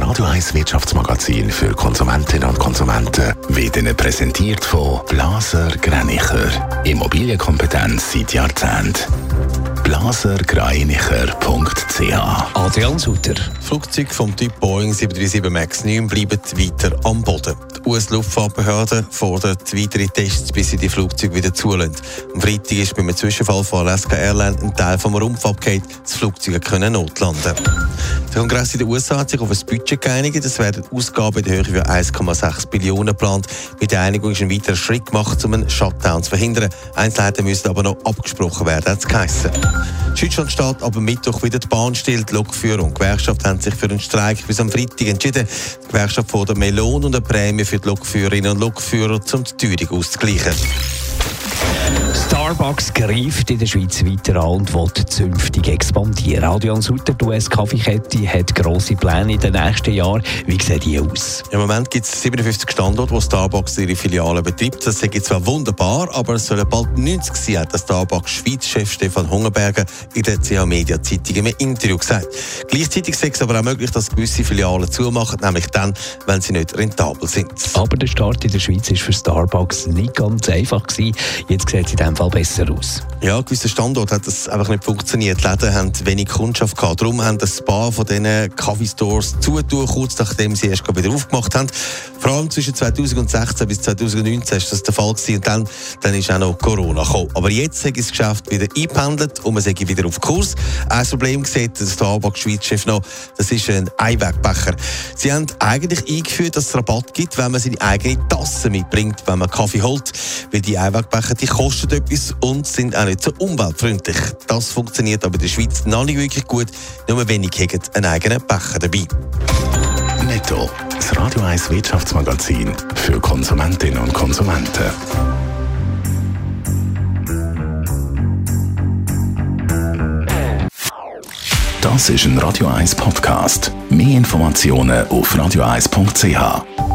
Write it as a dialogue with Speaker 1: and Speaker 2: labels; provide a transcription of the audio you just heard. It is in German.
Speaker 1: Radio 1 Wirtschaftsmagazin für Konsumentinnen und Konsumenten wird Ihnen präsentiert von Blaser Greinicher. Immobilienkompetenz seit Jahrzehnten. blasergreinicher.ch.
Speaker 2: Adrian Sutter.
Speaker 3: Flugzeuge vom Typ Boeing 737 MAX 9 bleiben weiter am Boden. Die US-Luftfahrtbehörde fordert weitere Tests, bis sie die Flugzeuge wieder zulassen. Am Freitag ist bei einem Zwischenfall von Alaska Airlines ein Teil vom Rumpf abgefallen, das Flugzeug können notlanden. Der Kongress in den USA hat sich auf ein Budget geeinigt. Es werden Ausgaben in der Höhe von 1,6 Billionen geplant. Mit der Einigung ist ein weiterer Schritt gemacht, um einen Shutdown zu verhindern. Einzelheiten müssen aber noch abgesprochen werden, hat es geheissen. Deutschland steht aber Mittwoch wieder die Bahn still. Die Lokführer und die Gewerkschaft haben sich für einen Streik bis am Freitag entschieden. Die Gewerkschaft fordert mehr Lohn und eine Prämie für die Lokführerinnen und Lokführer, um die Teuerung auszugleichen.
Speaker 2: Starbucks greift in der Schweiz weiter an und will zünftig expandieren. Adrian Sutter, die US-Kaffeekette, hat grosse Pläne in den nächsten Jahren. Wie sehen die aus?
Speaker 3: Im Moment gibt es 57 Standorte, wo Starbucks ihre Filialen betreibt. Das ist zwar wunderbar, aber es sollen bald 90 sein, hat der Starbucks-Schweiz-Chef Stefan Hungerberger in der CH-Media-Zeitung im Interview gesagt. Gleichzeitig sei es aber auch möglich, dass gewisse Filialen zumachen, nämlich dann, wenn sie nicht rentabel sind.
Speaker 2: Aber der Start in der Schweiz war für Starbucks nicht ganz einfach gewesen. Jetzt sieht es in diesem Fall besser aus.
Speaker 3: Ja, gewisse Standorte hat das einfach nicht funktioniert. Die Läden haben wenig Kundschaft gehabt. Darum haben ein paar von diesen Kaffee-Stores zugetan, kurz nachdem sie erst wieder aufgemacht haben. Vor allem zwischen 2016 bis 2019 war das der Fall gewesen. Und dann ist auch noch Corona gekommen. Aber jetzt hat das Geschäft wieder eingependelt und man sei wieder auf Kurs. Ein Problem sieht der Starbucks-Schweiz-Chef noch, das ist ein Einwegbecher. Sie haben eigentlich eingeführt, dass es Rabatt gibt, wenn man seine eigene Tasse mitbringt, wenn man Kaffee holt. Weil die Einwegbecher, die kosten etwas und sind auch nicht so umweltfreundlich. Das funktioniert aber in der Schweiz noch nicht wirklich gut. Nur wenig haben einen eigenen Becher dabei.
Speaker 1: Netto, das Radio 1 Wirtschaftsmagazin für Konsumentinnen und Konsumenten. Das ist ein Radio 1 Podcast. Mehr Informationen auf radio1.ch.